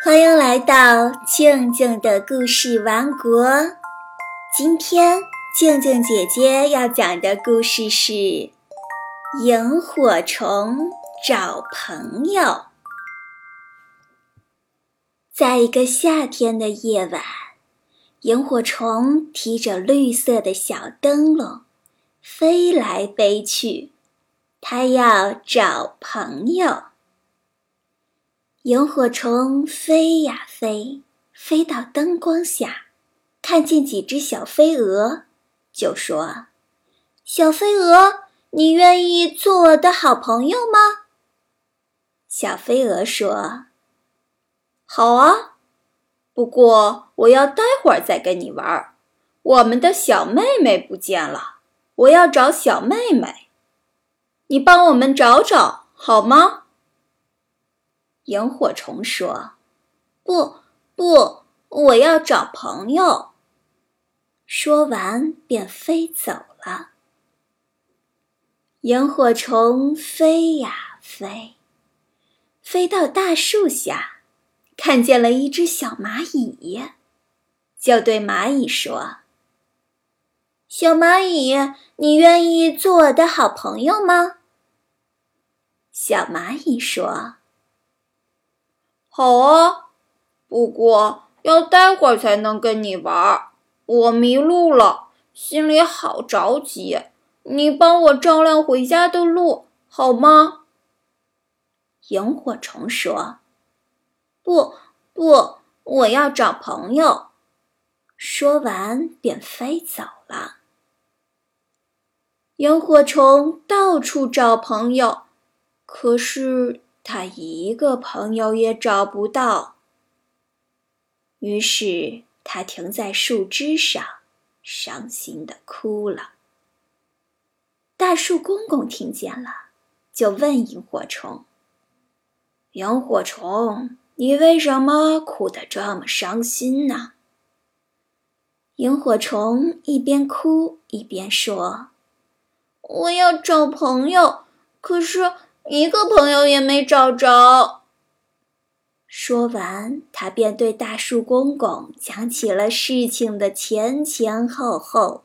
欢迎来到静静的故事王国。今天静静姐姐要讲的故事是萤火虫找朋友。在一个夏天的夜晚，萤火虫提着绿色的小灯笼飞来飞去，它要找朋友。萤火虫飞呀飞，飞到灯光下，看见几只小飞蛾，就说：小飞蛾，你愿意做我的好朋友吗？小飞蛾说：好啊，不过我要待会儿再跟你玩，我们的小妹妹不见了，我要找小妹妹，你帮我们找找好吗？萤火虫说：不，我要找朋友。说完便飞走了。萤火虫飞呀飞，飞到大树下，看见了一只小蚂蚁，就对蚂蚁说：小蚂蚁，你愿意做我的好朋友吗？小蚂蚁说：好啊，不过要待会儿才能跟你玩，我迷路了，心里好着急，你帮我照亮回家的路，好吗？萤火虫说：不，我要找朋友。说完便飞走了。萤火虫到处找朋友，可是他一个朋友也找不到。于是他停在树枝上，伤心地哭了。大树公公听见了，就问萤火虫：萤火虫，你为什么哭得这么伤心呢？萤火虫一边哭一边说：我要找朋友，可是一个朋友也没找着。说完，他便对大树公公讲起了事情的前前后后。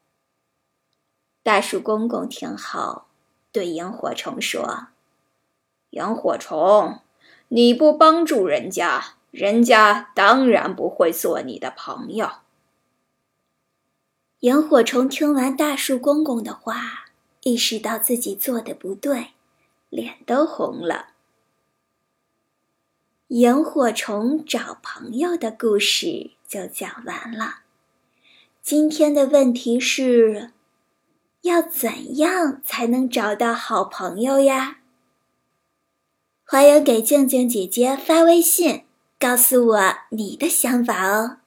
大树公公听后，对萤火虫说：萤火虫，你不帮助人家，人家当然不会做你的朋友。萤火虫听完大树公公的话，意识到自己做的不对，脸都红了。萤火虫找朋友的故事就讲完了。今天的问题是，要怎样才能找到好朋友呀？欢迎给静静姐姐发微信，告诉我你的想法哦。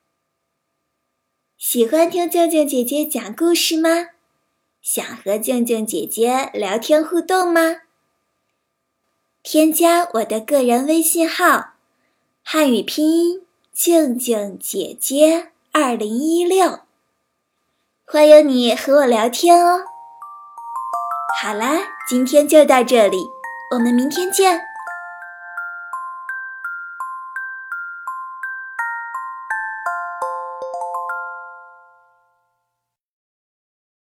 喜欢听静静姐姐讲故事吗？想和静静姐姐聊天互动吗？添加我的个人微信号，汉语拼音静静姐姐2016，欢迎你和我聊天哦。好啦，今天就到这里，我们明天见。